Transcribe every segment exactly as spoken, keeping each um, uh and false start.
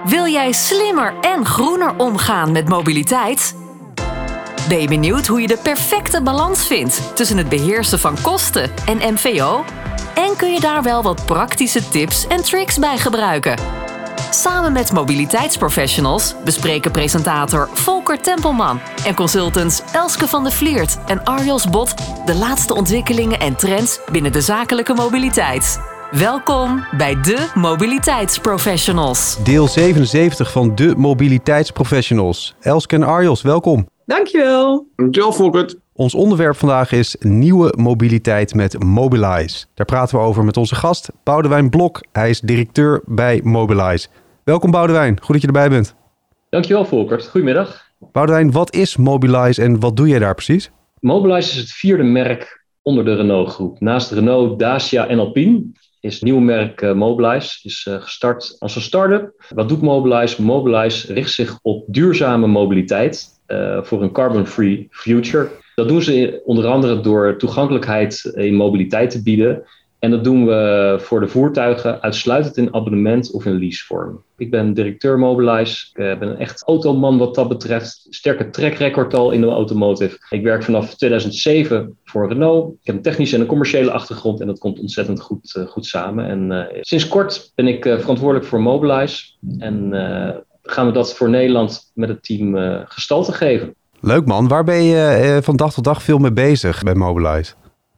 Wil jij slimmer en groener omgaan met mobiliteit? Ben je benieuwd hoe je de perfecte balans vindt tussen het beheersen van kosten en M V O? En kun je daar wel wat praktische tips en tricks bij gebruiken? Samen met mobiliteitsprofessionals bespreken presentator Volker Tempelman en consultants Elske van der Vliert en Arjos Bot de laatste ontwikkelingen en trends binnen de zakelijke mobiliteit. Welkom bij de Mobiliteitsprofessionals. Deel zevenenzeventig van de Mobiliteitsprofessionals. Elske en Arjos, welkom. Dankjewel. Dankjewel, Volkert. Ons onderwerp vandaag is nieuwe mobiliteit met Mobilize. Daar praten we over met onze gast Boudewijn Blok. Hij is directeur bij Mobilize. Welkom Boudewijn, goed dat je erbij bent. Dankjewel Volkert, goedemiddag. Boudewijn, wat is Mobilize en wat doe jij daar precies? Mobilize is het vierde merk onder de Renault groep. Naast Renault, Dacia en Alpine is het nieuwe merk uh, Mobilize. Is uh, gestart als een start-up. Wat doet Mobilize? Mobilize richt zich op duurzame mobiliteit uh, voor een carbon-free future. Dat doen ze onder andere door toegankelijkheid in mobiliteit te bieden. En dat doen we voor de voertuigen uitsluitend in abonnement of in leasevorm. Ik ben directeur Mobilize. Ik uh, ben een echt automan wat dat betreft. Sterke track record al in de automotive. Ik werk vanaf tweeduizend zeven voor Renault. Ik heb een technische en een commerciële achtergrond en dat komt ontzettend goed, uh, goed samen. En uh, sinds kort ben ik uh, verantwoordelijk voor Mobilize. En uh, gaan we dat voor Nederland met het team uh, gestalte geven. Leuk man, waar ben je uh, van dag tot dag veel mee bezig bij Mobilize?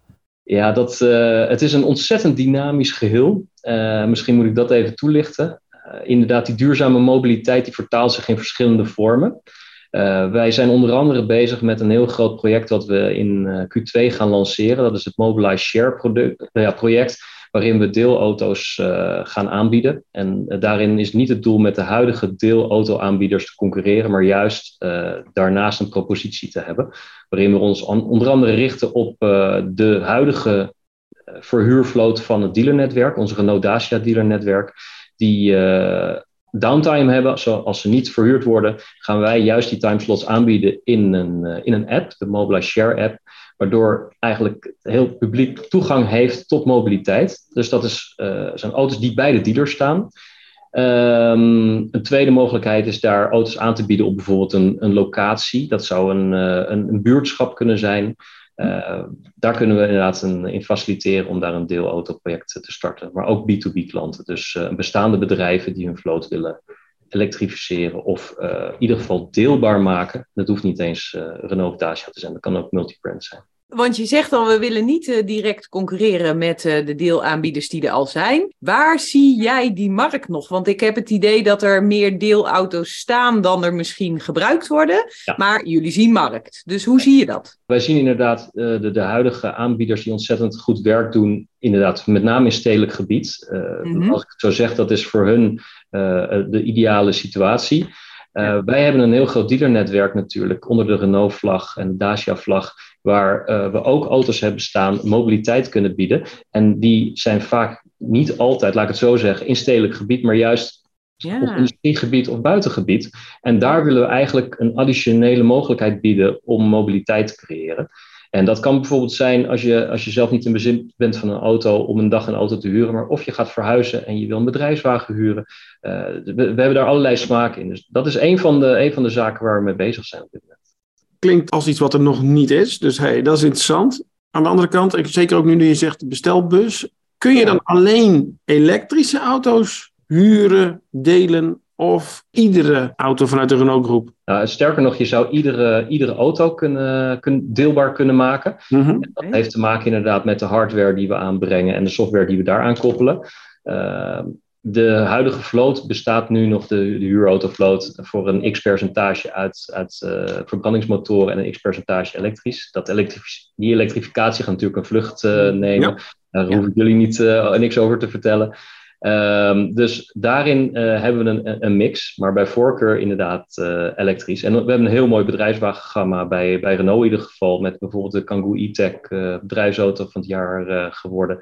Ja, dat, uh, het is een ontzettend dynamisch geheel. Uh, misschien moet ik dat even toelichten. Uh, inderdaad, die duurzame mobiliteit die vertaalt zich in verschillende vormen. Uh, wij zijn onder andere bezig met een heel groot project dat we in uh, Q twee gaan lanceren. Dat is het Mobilize Share product, uh, ja, project, waarin we deelauto's uh, gaan aanbieden. En uh, daarin is niet het doel met de huidige deelauto-aanbieders te concurreren, maar juist uh, daarnaast een propositie te hebben. Waarin we ons on- onder andere richten op uh, de huidige uh, verhuurvloot van het dealernetwerk, ons Renault Dacia dealernetwerk, die uh, downtime hebben. Zoals ze niet verhuurd worden, gaan wij juist die timeslots aanbieden in een, uh, in een app, de Mobilize Share app. Waardoor eigenlijk het heel publiek toegang heeft tot mobiliteit. Dus dat is, uh, zijn auto's die bij de dealer staan. Um, een tweede mogelijkheid is daar auto's aan te bieden op bijvoorbeeld een, een locatie. Dat zou een, uh, een, een buurtschap kunnen zijn. Uh, daar kunnen we inderdaad een, in faciliteren om daar een deelautoproject te starten. Maar ook B twee B klanten. Dus uh, bestaande bedrijven die hun vloot willen elektrificeren of uh, in ieder geval deelbaar maken. Dat hoeft niet eens uh, Renault of Dacia te zijn. Dat kan ook multibrand zijn. Want je zegt al, we willen niet uh, direct concurreren met uh, de deelaanbieders die er al zijn. Waar zie jij die markt nog? Want ik heb het idee dat er meer deelauto's staan dan er misschien gebruikt worden. Ja. Maar jullie zien markt. Dus hoe zie je dat? Wij zien inderdaad uh, de, de huidige aanbieders die ontzettend goed werk doen. Inderdaad, met name in stedelijk gebied. Uh, mm-hmm. Als ik het zo zeg, dat is voor hun uh, de ideale situatie. Uh, ja. Wij hebben een heel groot dealernetwerk natuurlijk onder de Renault-vlag en de Dacia-vlag, waar uh, we ook auto's hebben staan, mobiliteit kunnen bieden. En die zijn vaak niet altijd, laat ik het zo zeggen, in stedelijk gebied, maar juist ja. op industriegebied of buitengebied. En daar willen we eigenlijk een additionele mogelijkheid bieden om mobiliteit te creëren. En dat kan bijvoorbeeld zijn als je, als je zelf niet in bezit bent van een auto om een dag een auto te huren, maar of je gaat verhuizen en je wil een bedrijfswagen huren. Uh, we, we hebben daar allerlei smaken in. Dus dat is een van de, een van de zaken waar we mee bezig zijn op dit moment. Klinkt als iets wat er nog niet is, dus hey, dat is interessant. Aan de andere kant, zeker ook nu dat je zegt bestelbus, kun je dan alleen elektrische auto's huren, delen of iedere auto vanuit de Renault groep? Nou, sterker nog, je zou iedere, iedere auto kunnen, kunnen, deelbaar kunnen maken. Mm-hmm. En dat heeft te maken inderdaad met de hardware die we aanbrengen en de software die we daar aan koppelen. Uh, de huidige vloot bestaat nu nog, de, de huurautofloot, voor een x-percentage uit, uit uh, verbrandingsmotoren en een x-percentage elektrisch. Dat elektrif- die elektrificatie gaat natuurlijk een vlucht uh, nemen. Ja. Daar ja. hoef ik jullie niet, uh, niks over te vertellen. Um, dus daarin uh, hebben we een, een mix, maar bij voorkeur inderdaad uh, elektrisch. En we hebben een heel mooi bedrijfswagengamma bij, bij Renault in ieder geval, met bijvoorbeeld de Kangoo E-Tech uh, bedrijfsauto van het jaar uh, geworden.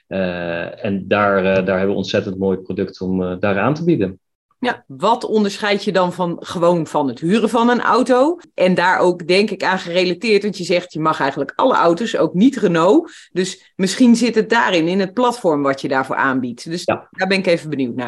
Uh, en daar, uh, daar hebben we ontzettend mooi product om uh, daar aan te bieden. Ja, wat onderscheid je dan van gewoon van het huren van een auto? En daar ook denk ik aan gerelateerd, want je zegt je mag eigenlijk alle auto's, ook niet Renault. Dus misschien zit het daarin, in het platform wat je daarvoor aanbiedt. Dus ja. daar ben ik even benieuwd naar.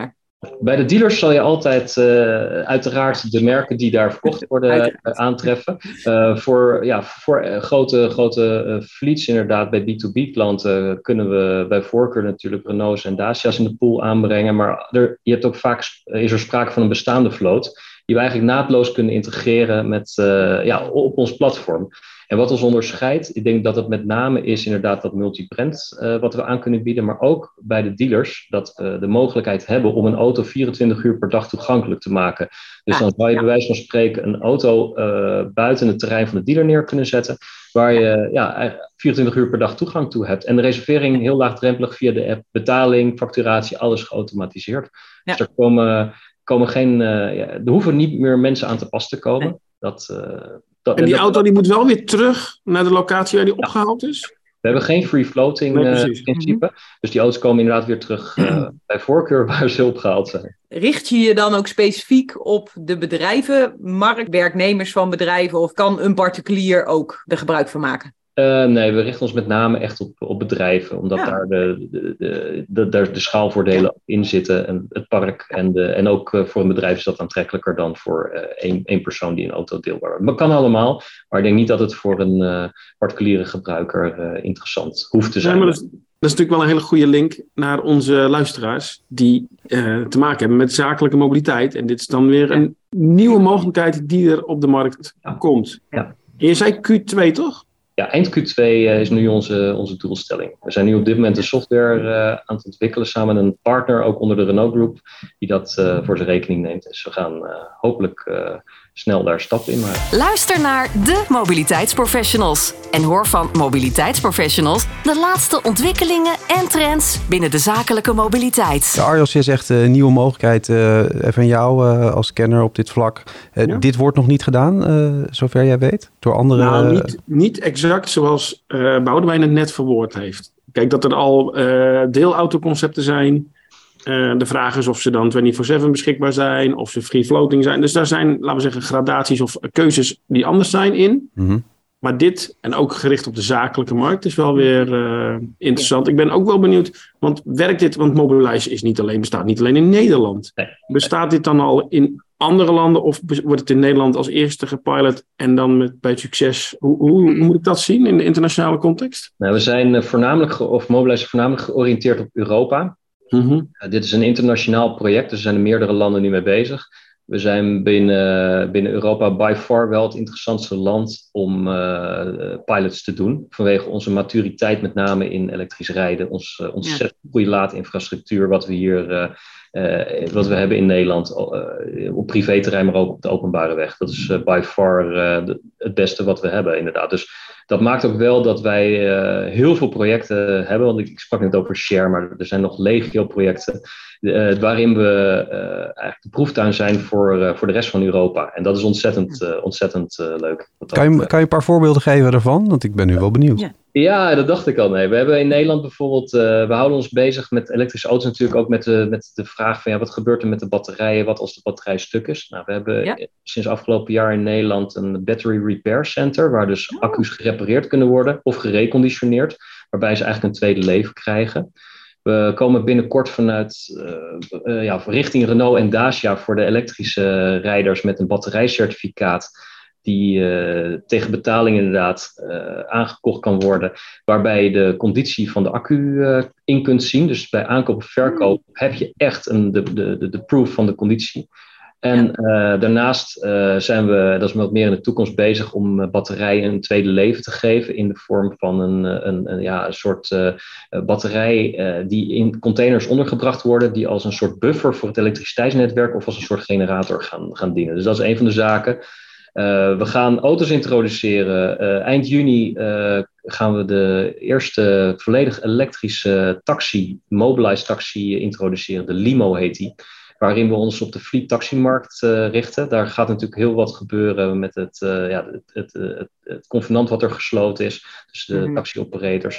Bij de dealers zal je altijd uh, uiteraard de merken die daar verkocht worden uh, aantreffen. Uh, voor ja, voor uh, grote, grote uh, fleets inderdaad, bij B twee B klanten kunnen we bij voorkeur natuurlijk Renault's en Dacia's in de pool aanbrengen. Maar er, je hebt ook vaak, is er sprake van een bestaande vloot die we eigenlijk naadloos kunnen integreren met, uh, ja, op ons platform. En wat ons onderscheidt, ik denk dat het met name is inderdaad dat multibrand uh, wat we aan kunnen bieden, maar ook bij de dealers dat we de mogelijkheid hebben om een auto vierentwintig uur per dag toegankelijk te maken. Dus dan zou je bij wijze van spreken een auto uh, buiten het terrein van de dealer neer kunnen zetten, waar je ja, vierentwintig uur per dag toegang toe hebt. En de reservering heel laagdrempelig via de app, betaling, facturatie, alles geautomatiseerd. Ja. Dus er komen, komen geen, uh, ja, er hoeven niet meer mensen aan te pas te komen. Nee. Dat... Uh, Dat, en die dat, auto die moet wel weer terug naar de locatie waar die ja. opgehaald is? We hebben geen free floating nee, uh, principe. Mm-hmm. Dus die auto's komen inderdaad weer terug uh, bij voorkeur waar ze opgehaald zijn. Richt je je dan ook specifiek op de bedrijvenmarkt, werknemers van bedrijven, of kan een particulier ook er gebruik van maken? Uh, nee, we richten ons met name echt op, op bedrijven, omdat ja. daar de, de, de, de, de, de schaalvoordelen ja. in zitten. En het park en, de, en ook uh, voor een bedrijf is dat aantrekkelijker dan voor uh, één, één persoon die een auto deelbaar wordt. Dat kan allemaal, maar ik denk niet dat het voor een uh, particuliere gebruiker uh, interessant hoeft te zijn. Ja, maar dat, is, dat is natuurlijk wel een hele goede link naar onze luisteraars die uh, te maken hebben met zakelijke mobiliteit. En dit is dan weer een nieuwe mogelijkheid die er op de markt ja. komt. Ja. En je zei Q twee, toch? Ja, eind Q twee uh, is nu onze, onze doelstelling. We zijn nu op dit moment de software uh, aan het ontwikkelen samen met een partner, ook onder de Renault Group, die dat uh, voor zijn rekening neemt. Dus we gaan uh, hopelijk uh, snel daar stappen in maken. Luister naar de mobiliteitsprofessionals en hoor van mobiliteitsprofessionals de laatste ontwikkelingen en trends binnen de zakelijke mobiliteit. Ja, Arjos, je zegt uh, nieuwe mogelijkheid uh, van jou uh, als kenner op dit vlak. Uh, ja. Dit wordt nog niet gedaan, uh, zover jij weet, door andere... Nou, niet, niet exact zoals uh, Boudewijn het net verwoord heeft. Kijk, dat er al uh, deelautoconcepten zijn. Uh, de vraag is of ze dan vierentwintig zeven beschikbaar zijn, of ze free floating zijn. Dus daar zijn, laten we zeggen, gradaties of keuzes die anders zijn in. Mm-hmm. Maar dit, en ook gericht op de zakelijke markt, is wel weer uh, interessant. Ik ben ook wel benieuwd, want werkt dit, want Mobilize is niet alleen, bestaat niet alleen in Nederland. Nee. Bestaat dit dan al in andere landen of wordt het in Nederland als eerste gepilot en dan met, bij het succes? Hoe, hoe, hoe moet ik dat zien in de internationale context? Nou, we zijn voornamelijk, ge- of Mobilize is voornamelijk georiënteerd op Europa. Mm-hmm. Uh, dit is een internationaal project, dus er zijn er meerdere landen nu mee bezig. We zijn binnen, binnen Europa by far wel het interessantste land om uh, pilots te doen. Vanwege onze maturiteit, met name in elektrisch rijden. Ons uh, ontzettend ja. goede laadinfrastructuur, wat we hier uh, uh, wat we hebben in Nederland. Uh, op privéterrein, maar ook op de openbare weg. Dat is uh, by far uh, de, het beste wat we hebben, inderdaad. Dus dat maakt ook wel dat wij uh, heel veel projecten hebben. Want ik, ik sprak net over Share, maar er zijn nog legio projecten. Uh, waarin we uh, eigenlijk de proeftuin zijn voor, uh, voor de rest van Europa. En dat is ontzettend, uh, ontzettend uh, leuk. Kan je, kan je een paar voorbeelden geven daarvan? Want ik ben nu wel benieuwd. Ja, ja dat dacht ik al. Nee. We hebben in Nederland bijvoorbeeld... Uh, we houden ons bezig met elektrische auto's natuurlijk ook met de, met de vraag van... Ja, wat gebeurt er met de batterijen? Wat als de batterij stuk is? Nou, we hebben ja. sinds afgelopen jaar in Nederland een Battery Repair Center... waar dus oh. accu's gerepareerd kunnen worden of gereconditioneerd... waarbij ze eigenlijk een tweede leven krijgen... We komen binnenkort vanuit uh, uh, ja, richting Renault en Dacia voor de elektrische rijders met een batterijcertificaat die uh, tegen betaling inderdaad uh, aangekocht kan worden, waarbij je de conditie van de accu uh, in kunt zien. Dus bij aankoop of verkoop heb je echt een, de, de, de proof van de conditie. En uh, daarnaast uh, zijn we, dat is wat meer in de toekomst, bezig om uh, batterijen een tweede leven te geven in de vorm van een, een, een, ja, een soort uh, batterij uh, die in containers ondergebracht worden, die als een soort buffer voor het elektriciteitsnetwerk of als een soort generator gaan, gaan dienen. Dus dat is een van de zaken. Uh, we gaan auto's introduceren. Uh, eind juni uh, gaan we de eerste volledig elektrische taxi, Mobilize taxi, introduceren. De Limo heet die. Waarin we ons op de fleet taximarkt uh, richten. Daar gaat natuurlijk heel wat gebeuren met het, uh, ja, het, het, het, het convenant wat er gesloten is. Dus de mm-hmm. taxi-operators.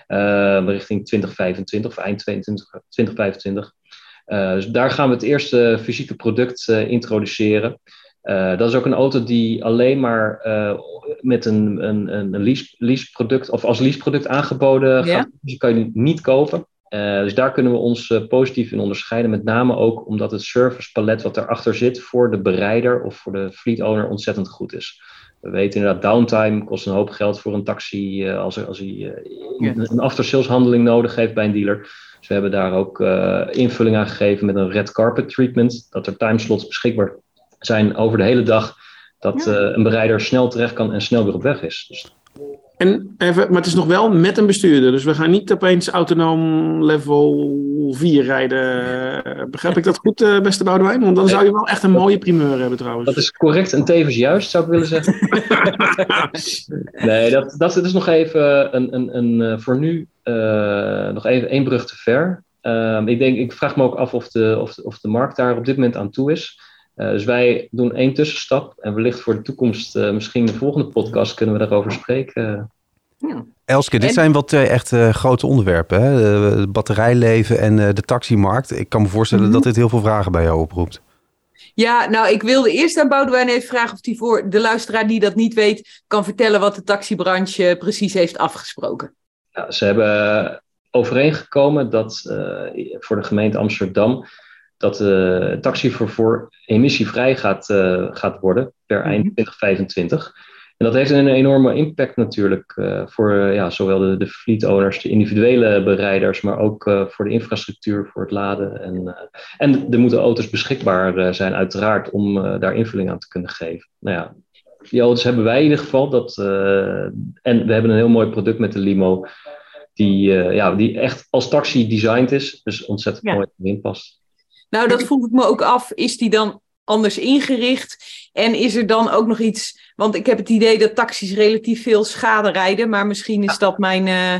Uh, richting twintig vijfentwintig of eind twintig vijfentwintig. Uh, dus daar gaan we het eerste fysieke product uh, introduceren. Uh, dat is ook een auto die alleen maar uh, met een, een, een lease, leaseproduct of als leaseproduct aangeboden gaat. Ja. Dus die kan je niet kopen. Uh, dus daar kunnen we ons uh, positief in onderscheiden. Met name ook omdat het servicepalet wat erachter zit voor de berijder of voor de fleet owner ontzettend goed is. We weten inderdaad, downtime kost een hoop geld voor een taxi uh, als, er, als hij uh, Ja. een after-sales handeling nodig heeft bij een dealer. Dus we hebben daar ook uh, invulling aan gegeven met een red carpet treatment. Dat er timeslots beschikbaar zijn over de hele dag. Dat Ja. uh, een berijder snel terecht kan en snel weer op weg is. Dus... En even, maar het is nog wel met een bestuurder. Dus we gaan niet opeens autonoom level vier rijden. Begrijp ik dat goed, uh, beste Boudewijn? Want dan zou je wel echt een mooie primeur hebben trouwens. Dat is correct en tevens juist, zou ik willen zeggen. Nee, dat, dat is nog even een, een, een, voor nu uh, nog even één brug te ver. Uh, ik, denk, ik vraag me ook af of de, of, de, of de markt daar op dit moment aan toe is. Uh, dus wij doen één tussenstap en wellicht voor de toekomst, uh, misschien de volgende podcast, kunnen we daarover spreken. Ja. Elske, dit En- zijn wat uh, echt uh, grote onderwerpen. Hè? De, de batterijleven en uh, de taximarkt. Ik kan me voorstellen Mhm. dat dit heel veel vragen bij jou oproept. Ja, nou, ik wilde eerst aan Boudewijn even vragen of hij voor de luisteraar die dat niet weet, kan vertellen wat de taxibranche precies heeft afgesproken. Ja, ze hebben overeengekomen dat uh, voor de gemeente Amsterdam dat de uh, taxivervoer emissievrij gaat, uh, gaat worden per eind Mhm. twintig vijfentwintig. En dat heeft een enorme impact natuurlijk uh, voor uh, ja, zowel de, de fleet owners, de individuele bereiders, maar ook uh, voor de infrastructuur, voor het laden. En, uh, en er moeten auto's beschikbaar uh, zijn uiteraard om uh, daar invulling aan te kunnen geven. Nou ja, die auto's hebben wij in ieder geval. Dat, uh, en we hebben een heel mooi product met de Limo die, uh, ja, die echt als taxi designed is. Dus ontzettend Ja. mooi erin past. Nou, dat vroeg ik me ook af. Is die dan anders ingericht? En is er dan ook nog iets... Want ik heb het idee dat taxis relatief veel schade rijden. Maar misschien is dat mijn, uh,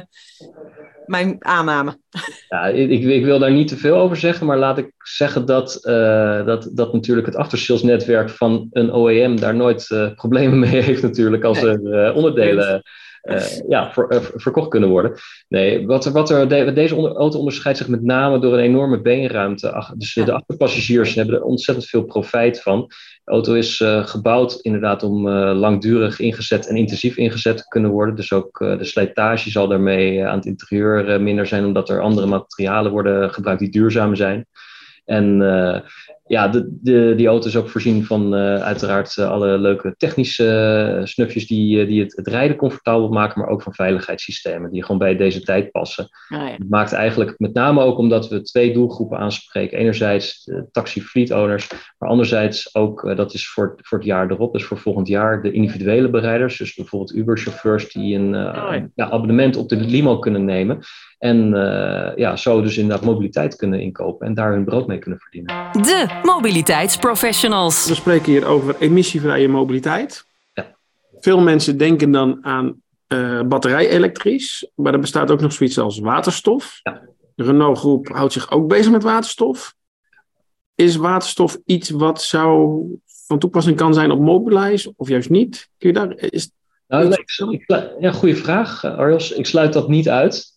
mijn aanname. Ja, ik, ik wil daar niet te veel over zeggen. Maar laat ik zeggen dat, uh, dat, dat natuurlijk het aftersales netwerk van een O E M daar nooit uh, problemen mee heeft natuurlijk. Als Nee. er uh, onderdelen... Uh, ja, ver, uh, verkocht kunnen worden. Nee, wat er, wat er, de, deze onder, auto onderscheidt zich met name door een enorme beenruimte. Ach, dus Ja. de achterpassagiers hebben er ontzettend veel profijt van. De auto is uh, gebouwd inderdaad om uh, langdurig ingezet en intensief ingezet te kunnen worden. Dus ook uh, de slijtage zal daarmee uh, aan het interieur uh, minder zijn, omdat er andere materialen worden gebruikt die duurzaam zijn. En uh, ja, de, de, die auto is ook voorzien van uh, uiteraard uh, alle leuke technische uh, snufjes die, uh, die het, het rijden comfortabel maken, maar ook van veiligheidssystemen die gewoon bij deze tijd passen. Ah, ja. Het maakt eigenlijk met name ook omdat we twee doelgroepen aanspreken. Enerzijds de taxi fleet owners, maar anderzijds ook, uh, dat is voor, voor het jaar erop, dus voor volgend jaar, de individuele bereiders. Dus bijvoorbeeld Uber-chauffeurs die een uh, Oh, ja. ja, abonnement op de Limo kunnen nemen. En uh, ja, zo dus inderdaad mobiliteit kunnen inkopen en daar hun brood mee kunnen verdienen. De mobiliteitsprofessionals. We spreken hier over emissievrije mobiliteit. Ja. Veel mensen denken dan aan uh, batterij-elektrisch, maar er bestaat ook nog zoiets als waterstof. Ja. De Renault Groep houdt zich ook bezig met waterstof. Is waterstof iets wat zou van toepassing kan zijn op Mobilize of juist niet? Kun je daar, is, Nou, nee, ik, ik, ja, goede vraag, Arjos. Ik sluit dat niet uit.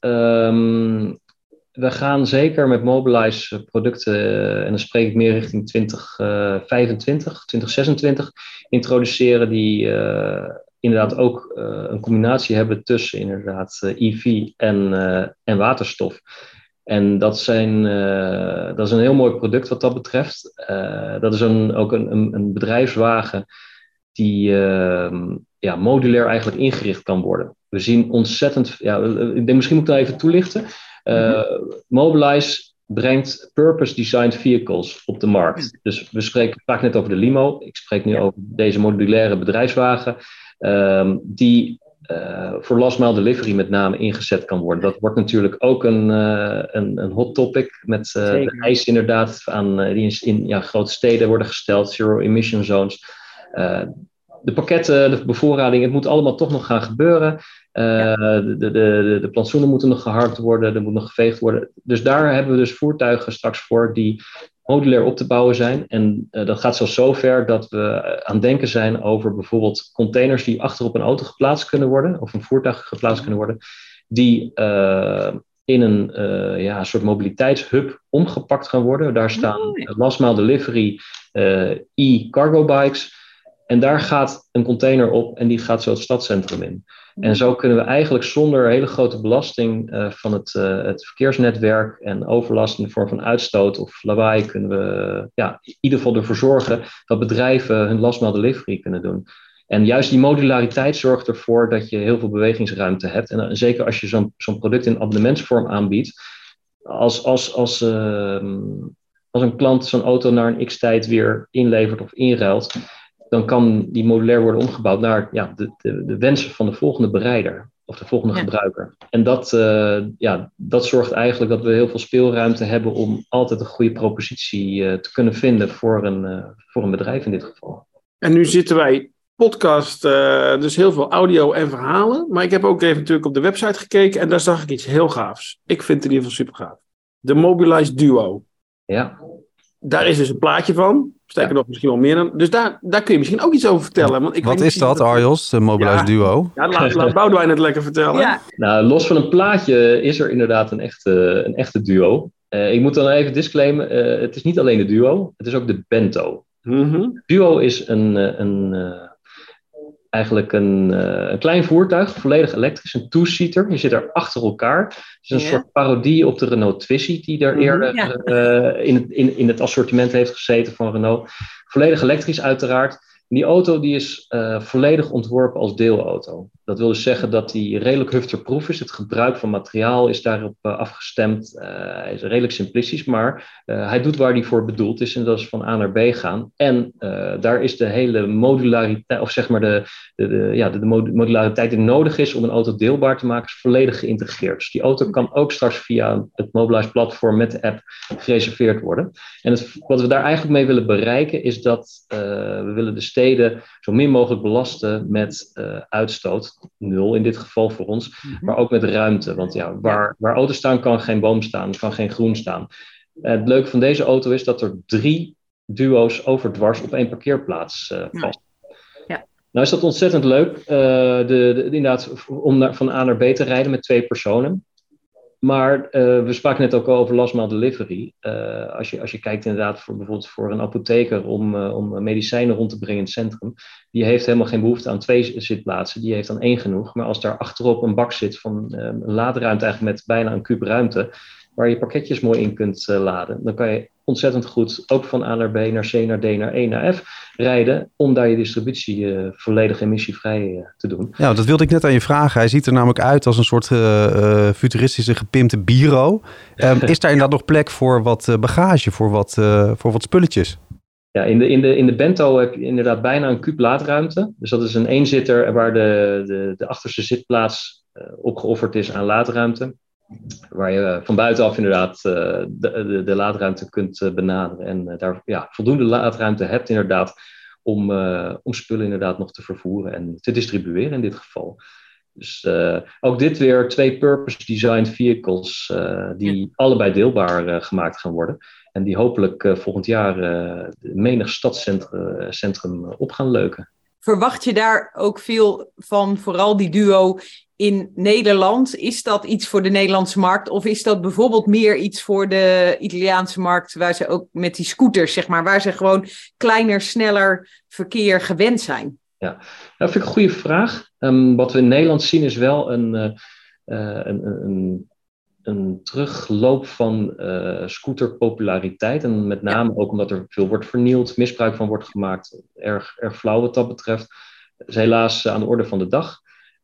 Um, we gaan zeker met Mobilize producten, uh, en dan spreek ik meer richting twintig vijfentwintig, twintig zesentwintig, introduceren die uh, inderdaad ook uh, een combinatie hebben tussen inderdaad uh, E V en, uh, en waterstof. En dat, zijn, uh, dat is een heel mooi product wat dat betreft. Uh, dat is een, ook een, een, een bedrijfswagen die uh, ja, modulair eigenlijk ingericht kan worden. We zien ontzettend... Ja, ik denk, misschien moet ik dat even toelichten. Uh, mm-hmm. Mobilize brengt purpose-designed vehicles op de markt. Dus we spreken vaak net over de Limo. Ik spreek nu ja. over deze modulaire bedrijfswagen. Uh, die uh, voor last mile delivery met name ingezet kan worden. Dat wordt natuurlijk ook een, uh, een, een hot topic. Met uh, de eisen inderdaad aan, uh, die in, in ja, grote steden worden gesteld. Zero emission zones. Uh, de pakketten, de bevoorrading, het moet allemaal toch nog gaan gebeuren. Uh, ja. de, de, de, de plantsoenen moeten nog geharkt worden, er moet nog geveegd worden. Dus daar hebben we dus voertuigen straks voor die modulair op te bouwen zijn. En uh, dat gaat zelfs zo ver dat we aan het denken zijn over bijvoorbeeld containers die achter op een auto geplaatst kunnen worden, of een voertuig geplaatst kunnen worden, die uh, in een uh, ja, soort mobiliteitshub omgepakt gaan worden. Daar staan uh, last mile delivery, uh, e-cargo bikes. En daar gaat een container op en die gaat zo het stadscentrum in. En zo kunnen we eigenlijk zonder hele grote belasting uh, van het, uh, het verkeersnetwerk en overlast in de vorm van uitstoot of lawaai, kunnen we uh, ja, in ieder geval ervoor zorgen dat bedrijven hun last mile delivery kunnen doen. En juist die modulariteit zorgt ervoor dat je heel veel bewegingsruimte hebt. En uh, zeker als je zo'n, zo'n product in abonnementsvorm aanbiedt, als, als, als, uh, als een klant zo'n auto na een x-tijd weer inlevert of inruilt, dan kan die modulair worden omgebouwd naar ja, de, de, de wensen van de volgende bereider of de volgende ja. gebruiker. En dat, uh, ja, dat zorgt eigenlijk dat we heel veel speelruimte hebben om altijd een goede propositie uh, te kunnen vinden voor een, uh, voor een bedrijf in dit geval. En nu zitten wij podcast, uh, dus heel veel audio en verhalen. Maar ik heb ook even natuurlijk op de website gekeken en daar zag ik iets heel gaafs. Ik vind het in ieder geval super gaaf. De Mobilize Duo. Ja. Daar is dus een plaatje van. Sterker ja. nog, misschien wel meer dan. Dus daar, daar kun je misschien ook iets over vertellen. Want ik Wat weet is dat, Arjos, de Mobilize ja. Duo? Ja, laat, laat Boudewijn het lekker vertellen. Ja. Nou, los van een plaatje is er inderdaad een echte, een echte duo. Uh, ik moet dan even disclaimen, uh, het is niet alleen de duo, het is ook de Bento. Mm-hmm. Duo is een, een, uh, eigenlijk een, uh, een klein voertuig, volledig elektrisch, een two-seater. Je zit er achter elkaar. Het is een ja. soort parodie op de Renault Twizy, die er mm-hmm, eerder ja. uh, in, het, in, in het assortiment heeft gezeten van Renault. Volledig elektrisch uiteraard. Die auto die is uh, volledig ontworpen als deelauto. Dat wil dus zeggen dat die redelijk hufterproof is. Het gebruik van materiaal is daarop uh, afgestemd. Uh, hij is redelijk simplistisch, maar uh, hij doet waar hij voor bedoeld is. En dat is van A naar B gaan. En uh, daar is de hele modulariteit, of zeg maar de, de, de, ja, de, de modulariteit die nodig is om een auto deelbaar te maken, is volledig geïntegreerd. Dus die auto kan ook straks via het Mobilize platform met de app gereserveerd worden. En het, wat we daar eigenlijk mee willen bereiken is dat uh, we willen de steden zo min mogelijk belasten met uh, uitstoot. Nul in dit geval voor ons. Mm-hmm. Maar ook met ruimte. Want ja, waar, waar auto's staan kan geen boom staan. Kan geen groen staan. Uh, het leuke van deze auto is dat er drie duo's overdwars op één parkeerplaats uh, past. Ja. Nou is dat ontzettend leuk. Uh, de, de, inderdaad om naar, van A naar B te rijden met twee personen. Maar uh, we spraken net ook al over last mile delivery. Uh, als, je, als je kijkt inderdaad voor, bijvoorbeeld voor een apotheker om, uh, om medicijnen rond te brengen in het centrum. Die heeft helemaal geen behoefte aan twee zitplaatsen. Die heeft dan één genoeg. Maar als daar achterop een bak zit van uh, een laadruimte eigenlijk met bijna een kuub ruimte. Waar je pakketjes mooi in kunt uh, laden. Dan kan je ontzettend goed ook van A naar B, naar C, naar D, naar E, naar F rijden. Om daar je distributie uh, volledig emissievrij uh, te doen. Ja, dat wilde ik net aan je vragen. Hij ziet er namelijk uit als een soort uh, uh, futuristische gepimpte bureau. Um, is daar inderdaad nog plek voor wat uh, bagage, voor wat, uh, voor wat spulletjes? Ja, in de, in, de, in de Bento heb je inderdaad bijna een kuub laadruimte. Dus dat is een eenzitter waar de, de, de achterste zitplaats uh, opgeofferd is aan laadruimte. Waar je van buitenaf inderdaad uh, de, de, de laadruimte kunt uh, benaderen. En uh, daar ja, voldoende laadruimte hebt inderdaad om, uh, om spullen inderdaad nog te vervoeren en te distribueren in dit geval. Dus uh, ook dit weer twee purpose-designed vehicles uh, die ja. allebei deelbaar uh, gemaakt gaan worden. En die hopelijk uh, volgend jaar uh, menig stadscentrum centrum op gaan leuken. Verwacht je daar ook veel van, vooral die duo in Nederland? Is dat iets voor de Nederlandse markt? Of is dat bijvoorbeeld meer iets voor de Italiaanse markt, waar ze ook met die scooters, zeg maar, waar ze gewoon kleiner, sneller verkeer gewend zijn? Ja, dat vind ik een goede vraag. Um, wat we in Nederland zien is wel een, uh, een, een, een terugloop van uh, scooterpopulariteit. En met name ook omdat er veel wordt vernield, misbruik van wordt gemaakt. Erg, erg flauw wat dat betreft. Dat is helaas uh, aan de orde van de dag.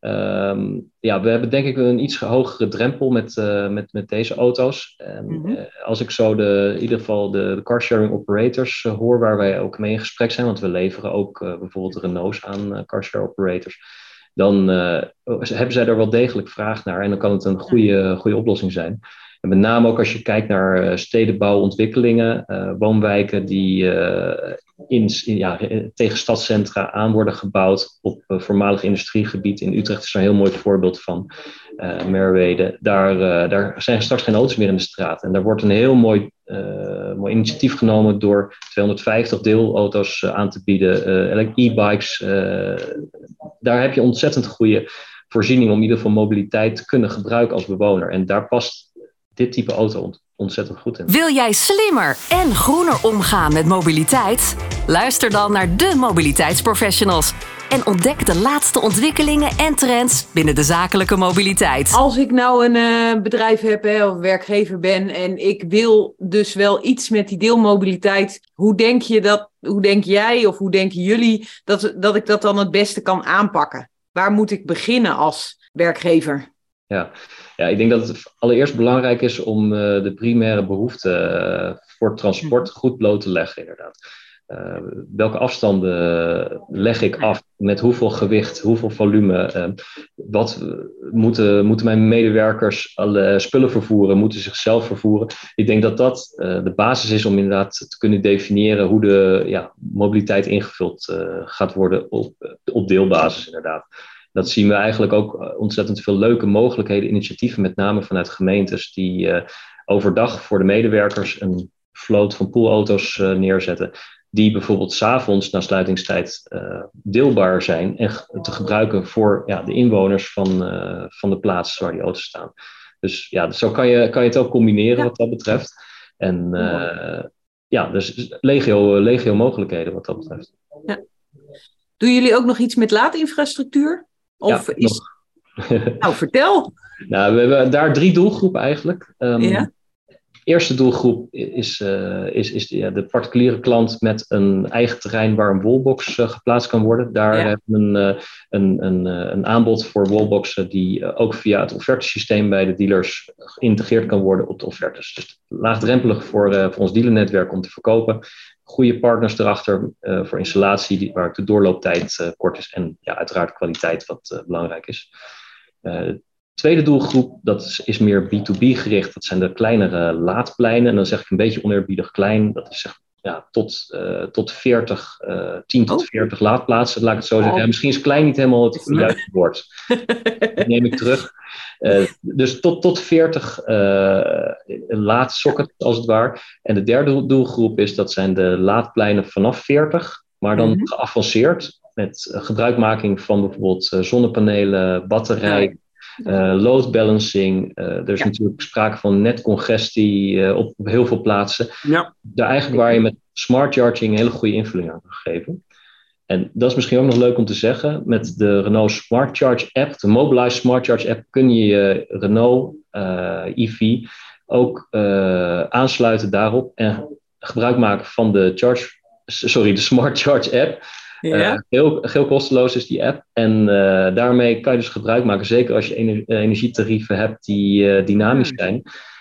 Um, ja, we hebben denk ik een iets hogere drempel met, uh, met, met deze auto's. En, mm-hmm. uh, als ik zo de, in ieder geval de, de carsharing operators uh, hoor, waar wij ook mee in gesprek zijn, want we leveren ook uh, bijvoorbeeld Renault's aan uh, carsharing operators, dan uh, hebben zij er wel degelijk vraag naar en dan kan het een goede, goede oplossing zijn. En met name ook als je kijkt naar uh, stedenbouwontwikkelingen, uh, woonwijken die uh, in, in, ja, tegen stadscentra aan worden gebouwd op uh, voormalig industriegebied. In Utrecht is er een heel mooi voorbeeld van, uh, Merwede. Daar, uh, daar zijn straks geen auto's meer in de straat. En daar wordt een heel mooi, uh, mooi initiatief genomen door tweehonderdvijftig deelauto's uh, aan te bieden, uh, e-bikes. Uh, daar heb je ontzettend goede voorziening om in ieder geval mobiliteit te kunnen gebruiken als bewoner. En daar past dit type auto ontzettend goed in. Wil jij slimmer en groener omgaan met mobiliteit? Luister dan naar de mobiliteitsprofessionals en ontdek de laatste ontwikkelingen en trends binnen de zakelijke mobiliteit. Als ik nou een uh, bedrijf heb hè, of werkgever ben en ik wil dus wel iets met die deelmobiliteit, hoe denk je dat, hoe denk jij of hoe denken jullie dat, dat ik dat dan het beste kan aanpakken? Waar moet ik beginnen als werkgever? Ja, ja ik denk dat het allereerst belangrijk is om uh, de primaire behoeften uh, voor transport goed bloot te leggen, inderdaad. Uh, welke afstanden leg ik af? Met hoeveel gewicht, hoeveel volume? Uh, wat moeten, moeten mijn medewerkers alle spullen vervoeren? Moeten ze zichzelf vervoeren? Ik denk dat dat uh, de basis is om inderdaad te kunnen definiëren hoe de ja, mobiliteit ingevuld uh, gaat worden op, op deelbasis, inderdaad. Dat zien we eigenlijk ook ontzettend veel leuke mogelijkheden, initiatieven, met name vanuit gemeentes die uh, overdag voor de medewerkers een vloot van poolauto's uh, neerzetten. Die bijvoorbeeld 's avonds na sluitingstijd uh, deelbaar zijn en g- te gebruiken voor ja, de inwoners van, uh, van de plaats waar die auto's staan. Dus ja, dus zo kan je, kan je het ook combineren ja. wat dat betreft. En uh, ja, dus legio, legio mogelijkheden wat dat betreft. Ja. Doen jullie ook nog iets met laadinfrastructuur? Of ja, is... Nou, vertel. Nou, we hebben daar drie doelgroepen eigenlijk. Um, ja. De eerste doelgroep is, uh, is, is de, ja, de particuliere klant met een eigen terrein waar een wallbox uh, geplaatst kan worden. Daar ja. hebben we een, uh, een, een, uh, een aanbod voor wallboxen die uh, ook via het offertesysteem bij de dealers geïntegreerd kan worden op de offertes. Dus laagdrempelig voor, uh, voor ons dealernetwerk om te verkopen. Goede partners erachter uh, voor installatie die, waar de doorlooptijd uh, kort is en ja, uiteraard kwaliteit wat uh, belangrijk is. Uh, Tweede doelgroep, dat is, is meer B twee B gericht. Dat zijn de kleinere laadpleinen. En dan zeg ik een beetje oneerbiedig klein. Dat is zeg, ja, tot, uh, tot veertig, uh, tien tot veertig laadplaatsen. Laat ik het zo zeggen. Ja, misschien is klein niet helemaal het juiste woord. Dat neem ik terug. Uh, dus tot, tot veertig uh, laadsockets als het ware. En de derde doelgroep is, dat zijn de laadpleinen vanaf veertig. Maar dan mm-hmm. geavanceerd. Met uh, gebruikmaking van bijvoorbeeld uh, zonnepanelen, batterijen. Uh, load balancing, uh, er is ja. natuurlijk sprake van netcongestie uh, op, op heel veel plaatsen. Ja. Daar eigenlijk waar je met smart charging een hele goede invulling aan kan geven. En dat is misschien ook nog leuk om te zeggen. Met de Renault Smart Charge app, de Mobilize Smart Charge app, kun je je Renault uh, E V ook uh, aansluiten daarop en gebruik maken van de charge, sorry, de Smart Charge app. Ja. Uh, heel, heel kosteloos is die app. En uh, daarmee kan je dus gebruik maken, zeker als je ener- energietarieven hebt die uh, dynamisch zijn,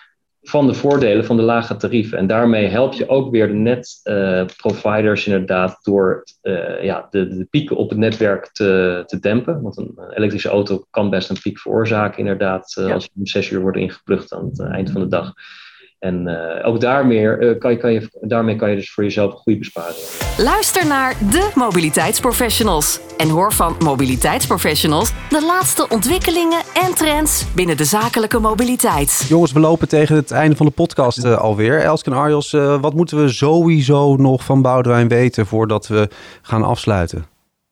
van de voordelen van de lage tarieven. En daarmee help je ook weer de netproviders uh, inderdaad door uh, ja, de, de pieken op het netwerk te, te dempen. Want een elektrische auto kan best een piek veroorzaken inderdaad, uh, ja. als je om zes uur wordt ingeplucht aan het uh, eind van de dag. En uh, ook daarmee, uh, kan je, kan je, daarmee kan je dus voor jezelf een goede besparing hebben. Luister naar de mobiliteitsprofessionals. En hoor van mobiliteitsprofessionals de laatste ontwikkelingen en trends binnen de zakelijke mobiliteit. Jongens, we lopen tegen het einde van de podcast uh, alweer. Elske en Arjos, uh, wat moeten we sowieso nog van Boudewijn weten voordat we gaan afsluiten?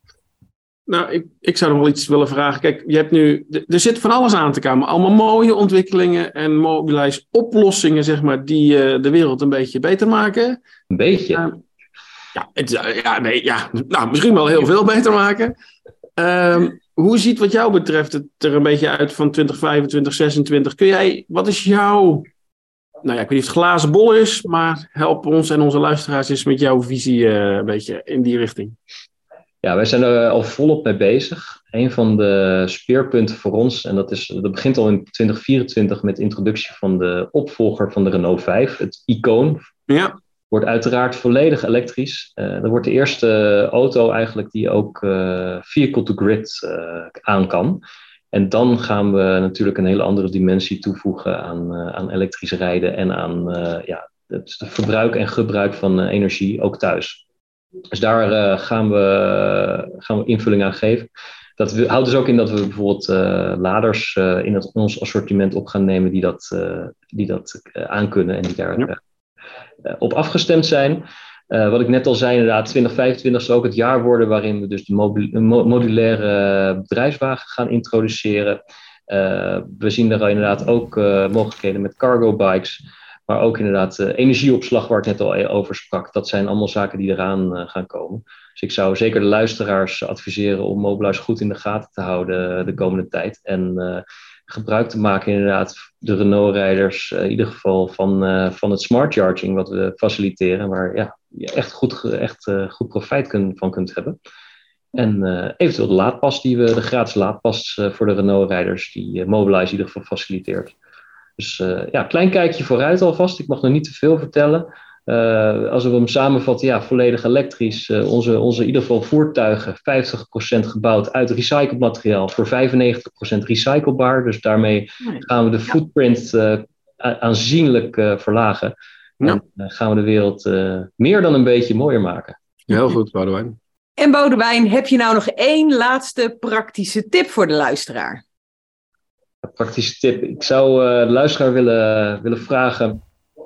Nou, ik, ik zou nog wel iets willen vragen. Kijk, je hebt nu, er zit van alles aan te komen. Allemaal mooie ontwikkelingen en Mobilize oplossingen, zeg maar, die uh, de wereld een beetje beter maken. Een beetje? Uh, ja, het, uh, ja, nee, ja, nou, misschien wel heel veel beter maken. Uh, hoe ziet wat jou betreft het er een beetje uit van twintig vijfentwintig, zesentwintig? Kun jij, wat is jouw, nou ja, ik weet niet of het glazen bol is, maar help ons en onze luisteraars eens met jouw visie uh, een beetje in die richting. Ja, wij zijn er al volop mee bezig. Een van de speerpunten voor ons, en dat, is, dat begint al in twintig vierentwintig met de introductie van de opvolger van de Renault vijf, het Icoon. Ja. Wordt uiteraard volledig elektrisch. Uh, dat wordt de eerste auto eigenlijk die ook uh, vehicle-to-grid uh, aan kan. En dan gaan we natuurlijk een hele andere dimensie toevoegen aan, uh, aan elektrisch rijden en aan uh, ja, het verbruik en gebruik van uh, energie, ook thuis. Dus daar uh, gaan, we, gaan we invulling aan geven. Dat we, houdt dus ook in dat we bijvoorbeeld uh, laders uh, in, het, in ons assortiment op gaan nemen die dat, uh, die dat uh, aankunnen en die daar uh, uh, op afgestemd zijn. Uh, wat ik net al zei, inderdaad, twintig vijfentwintig zal ook het jaar worden waarin we dus de mobi- mo- modulaire bedrijfswagen gaan introduceren. Uh, we zien er inderdaad ook uh, mogelijkheden met cargo bikes. Maar ook inderdaad uh, energieopslag waar ik net al over sprak. Dat zijn allemaal zaken die eraan uh, gaan komen. Dus ik zou zeker de luisteraars adviseren om Mobilize goed in de gaten te houden de komende tijd. En uh, gebruik te maken inderdaad de Renault-rijders uh, in ieder geval van, uh, van het smart charging wat we faciliteren. Waar ja, je echt goed, echt, uh, goed profijt kun, van kunt hebben. En uh, eventueel de laadpas, die we, de gratis laadpas uh, voor de Renault-rijders, die uh, Mobilize in ieder geval faciliteert. Dus uh, ja, klein kijkje vooruit alvast. Ik mag nog niet te veel vertellen. Uh, als we hem samenvatten, ja, volledig elektrisch. Uh, onze, onze in ieder geval voertuigen, vijftig procent gebouwd uit recycled materiaal voor vijfennegentig procent recyclebaar. Dus daarmee gaan we de footprint uh, aanzienlijk uh, verlagen. Ja. En uh, gaan we de wereld uh, meer dan een beetje mooier maken. Heel goed, Boudewijn. En Boudewijn, heb je nou nog één laatste praktische tip voor de luisteraar? Een praktische tip. Ik zou uh, de luisteraar willen, willen vragen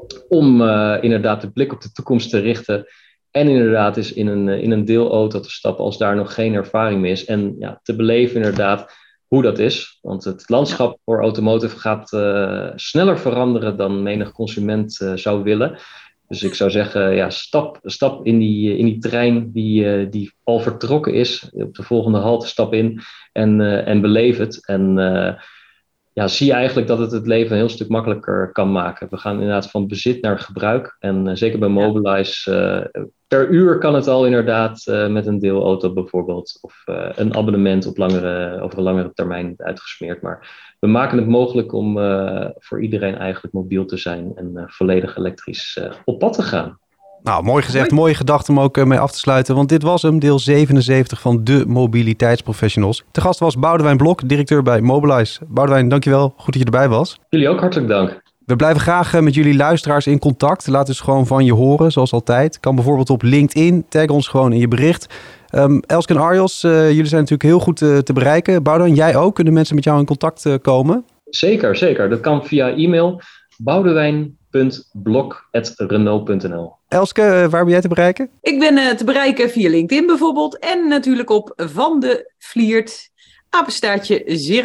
om uh, inderdaad de blik op de toekomst te richten. En inderdaad eens in een, in een deelauto te stappen als daar nog geen ervaring mee is. En ja, te beleven inderdaad hoe dat is. Want het landschap voor automotive gaat uh, sneller veranderen dan menig consument uh, zou willen. Dus ik zou zeggen, ja, stap, stap in, die, in die trein die, uh, die al vertrokken is. Op de volgende halte stap in en, uh, en beleef het. En uh, ja, zie je eigenlijk dat het het leven een heel stuk makkelijker kan maken. We gaan inderdaad van bezit naar gebruik. En uh, zeker bij Mobilize, uh, per uur kan het al inderdaad uh, met een deelauto bijvoorbeeld. Of uh, een abonnement op langere, over een langere termijn uitgesmeerd. Maar we maken het mogelijk om uh, voor iedereen eigenlijk mobiel te zijn en uh, volledig elektrisch uh, op pad te gaan. Nou, mooi gezegd, mooie gedachte om ook mee af te sluiten. Want dit was hem, deel zevenenzeventig van de Mobiliteitsprofessionals. Te gast was Boudewijn Blok, directeur bij Mobilize. Boudewijn, dankjewel. Goed dat je erbij was. Jullie ook hartelijk dank. We blijven graag met jullie luisteraars in contact. Laat dus gewoon van je horen, zoals altijd. Kan bijvoorbeeld op LinkedIn. Tag ons gewoon in je bericht. Um, Elske en Arjos, uh, jullie zijn natuurlijk heel goed uh, te bereiken. Boudewijn, jij ook? Kunnen mensen met jou in contact uh, komen? Zeker, zeker. Dat kan via e-mail. Boudewijn punt blok apenstaartje renault punt n l. Elske, uh, waar ben jij te bereiken? Ik ben uh, te bereiken via LinkedIn bijvoorbeeld. En natuurlijk op Van de Vliert, apenstaartje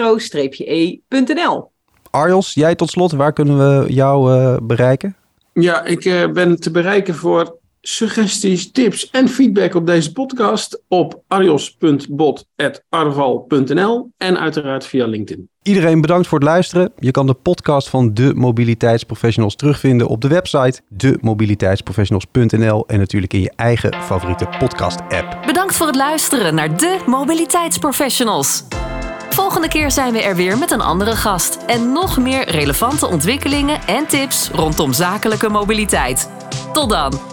zero-e punt n l. Arjos, jij tot slot, waar kunnen we jou uh, bereiken? Ja, ik uh, ben te bereiken voor suggesties, tips en feedback op deze podcast op arjos punt bot apenstaartje arval punt n l en uiteraard via LinkedIn. Iedereen bedankt voor het luisteren. Je kan de podcast van de Mobiliteitsprofessionals terugvinden op de website de mobiliteitsprofessionals punt n l en natuurlijk in je eigen favoriete podcast-app. Bedankt voor het luisteren naar de Mobiliteitsprofessionals. Volgende keer zijn we er weer met een andere gast en nog meer relevante ontwikkelingen en tips rondom zakelijke mobiliteit. Tot dan!